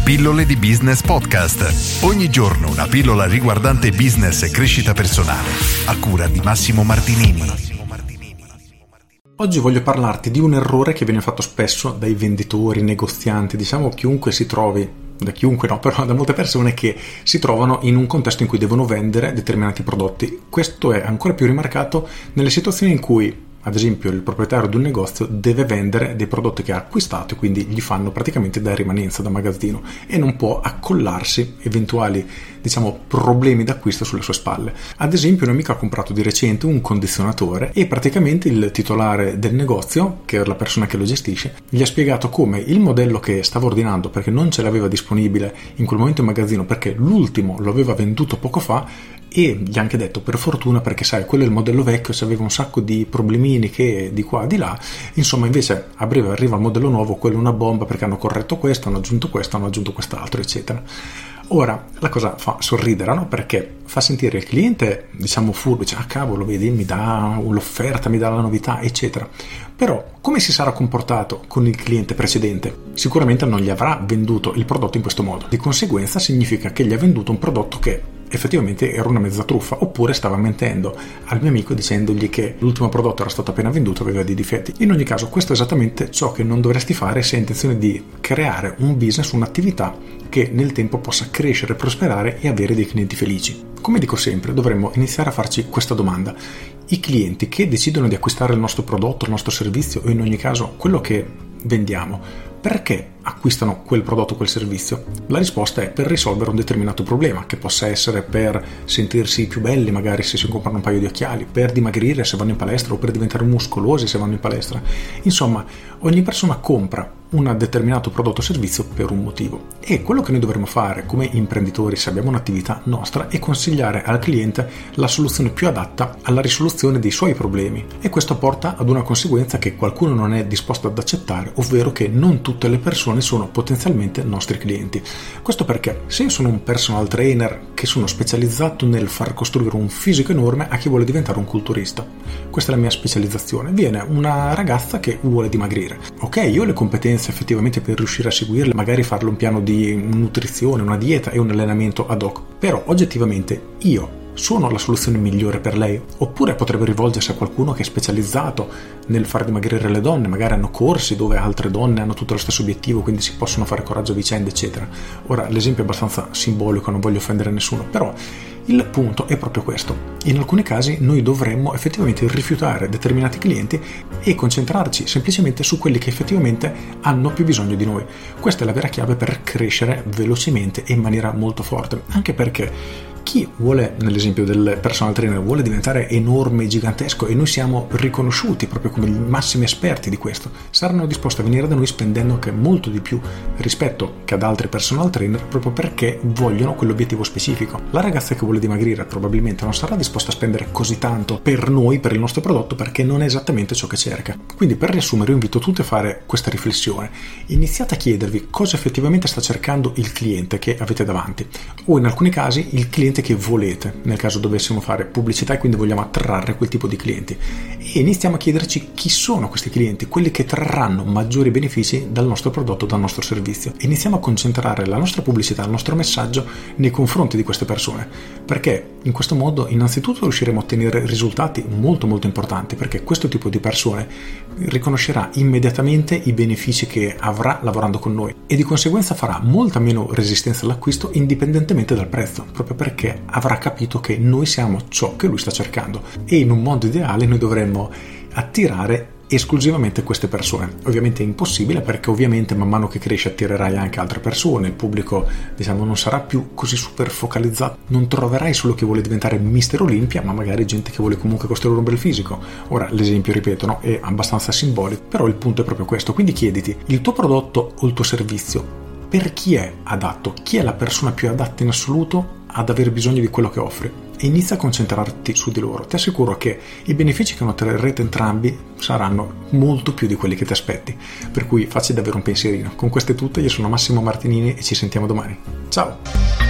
Pillole di Business Podcast. Ogni giorno una pillola riguardante business e crescita personale. A cura di Massimo Martinini. Oggi voglio parlarti di un errore che viene fatto spesso dai venditori, negozianti, diciamo chiunque si trovi, da chiunque no, però da molte persone che si trovano in un contesto in cui devono vendere determinati prodotti. Questo è ancora più rimarcato nelle situazioni in cui, ad esempio, il proprietario di un negozio deve vendere dei prodotti che ha acquistato e quindi gli fanno praticamente da rimanenza, da magazzino, e non può accollarsi eventuali, problemi d'acquisto sulle sue spalle. Ad esempio, un amico ha comprato di recente un condizionatore e praticamente il titolare del negozio, che è la persona che lo gestisce, gli ha spiegato come il modello che stava ordinando, perché non ce l'aveva disponibile in quel momento in magazzino, perché l'ultimo lo aveva venduto poco fa, e gli ha anche detto per fortuna, perché sai, quello è il modello vecchio, se aveva un sacco di problemini che di qua di là, insomma, invece a breve arriva il modello nuovo, quello è una bomba, perché hanno corretto questo, hanno aggiunto quest'altro, eccetera. Ora, la cosa fa sorridere, no? Perché fa sentire il cliente, furbo, dice, cavolo, vedi, mi dà l'offerta, mi dà la novità, eccetera. Però, come si sarà comportato con il cliente precedente? Sicuramente non gli avrà venduto il prodotto in questo modo. Di conseguenza significa che gli ha venduto un prodotto che effettivamente era una mezza truffa, oppure stava mentendo al mio amico dicendogli che l'ultimo prodotto era stato appena venduto, aveva dei difetti. In ogni caso, questo è esattamente ciò che non dovresti fare se hai intenzione di creare un business, un'attività che nel tempo possa crescere, prosperare e avere dei clienti felici. Come dico sempre, dovremmo iniziare a farci questa domanda: i clienti che decidono di acquistare il nostro prodotto, il nostro servizio, o in ogni caso quello che vendiamo, perché acquistano quel prodotto, quel servizio? La risposta è per risolvere un determinato problema, che possa essere per sentirsi più belli, magari se si comprano un paio di occhiali, per dimagrire se vanno in palestra, o per diventare muscolosi se vanno in palestra. Insomma, ogni persona compra un determinato prodotto o servizio per un motivo, e quello che noi dovremmo fare come imprenditori, se abbiamo un'attività nostra, è consigliare al cliente la soluzione più adatta alla risoluzione dei suoi problemi, e questo porta ad una conseguenza che qualcuno non è disposto ad accettare, ovvero che non tutte le persone sono potenzialmente nostri clienti. Questo perché se io sono un personal trainer che sono specializzato nel far costruire un fisico enorme a chi vuole diventare un culturista, questa è la mia specializzazione. Viene una ragazza che vuole dimagrire, ok, io ho le competenze effettivamente per riuscire a seguirle, magari farle un piano di nutrizione, una dieta e un allenamento ad hoc, però oggettivamente io sono la soluzione migliore per lei? Oppure potrebbe rivolgersi a qualcuno che è specializzato nel far dimagrire le donne, magari hanno corsi dove altre donne hanno tutto lo stesso obiettivo, quindi si possono fare coraggio a vicenda, eccetera. Ora, l'esempio è abbastanza simbolico, non voglio offendere nessuno, però il punto è proprio questo. In alcuni casi noi dovremmo effettivamente rifiutare determinati clienti e concentrarci semplicemente su quelli che effettivamente hanno più bisogno di noi. Questa è la vera chiave per crescere velocemente e in maniera molto forte, anche perché chi vuole, nell'esempio del personal trainer, vuole diventare enorme e gigantesco, e noi siamo riconosciuti proprio come i massimi esperti di questo, saranno disposti a venire da noi spendendo anche molto di più rispetto che ad altri personal trainer, proprio perché vogliono quell'obiettivo specifico. La ragazza che vuole dimagrire probabilmente non sarà disposta a spendere così tanto per noi, per il nostro prodotto, perché non è esattamente ciò che cerca. Quindi, per riassumere, io invito tutti a fare questa riflessione. Iniziate a chiedervi cosa effettivamente sta cercando il cliente che avete davanti, o in alcuni casi il cliente che volete, nel caso dovessimo fare pubblicità e quindi vogliamo attrarre quel tipo di clienti, e iniziamo a chiederci chi sono questi clienti, quelli che trarranno maggiori benefici dal nostro prodotto, dal nostro servizio. Iniziamo a concentrare la nostra pubblicità, il nostro messaggio nei confronti di queste persone, perché in questo modo innanzitutto riusciremo a ottenere risultati molto molto importanti, perché questo tipo di persone riconoscerà immediatamente i benefici che avrà lavorando con noi, e di conseguenza farà molta meno resistenza all'acquisto indipendentemente dal prezzo, proprio perché avrà capito che noi siamo ciò che lui sta cercando. E in un mondo ideale noi dovremmo attirare esclusivamente queste persone. Ovviamente è impossibile, perché ovviamente man mano che cresci attirerai anche altre persone, il pubblico non sarà più così super focalizzato, non troverai solo chi vuole diventare Mister Olympia, ma magari gente che vuole comunque costruire un bel fisico. Ora l'esempio, ripeto, no, è abbastanza simbolico, però il punto è proprio questo. Quindi chiediti, il tuo prodotto o il tuo servizio per chi è adatto? Chi è la persona più adatta in assoluto ad avere bisogno di quello che offri? E inizia a concentrarti su di loro. Ti assicuro che i benefici che otterrete entrambi saranno molto più di quelli che ti aspetti, per cui facci davvero un pensierino. Con questo è tutto, io sono Massimo Martinini e ci sentiamo domani. Ciao!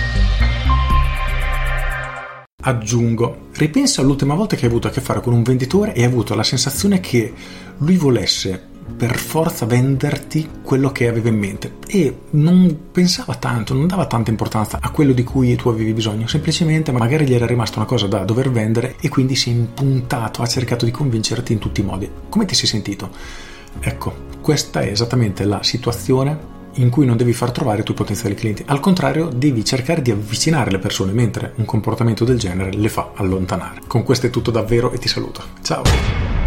Aggiungo, ripensa all'ultima volta che hai avuto a che fare con un venditore e hai avuto la sensazione che lui volesse per forza venderti quello che aveva in mente e non pensava tanto, non dava tanta importanza a quello di cui tu avevi bisogno, semplicemente magari gli era rimasta una cosa da dover vendere e quindi si è impuntato, ha cercato di convincerti in tutti i modi. Come ti sei sentito? Ecco, questa è esattamente la situazione in cui non devi far trovare i tuoi potenziali clienti. Al contrario, devi cercare di avvicinare le persone, mentre un comportamento del genere le fa allontanare. Con questo è tutto davvero e ti saluto. Ciao!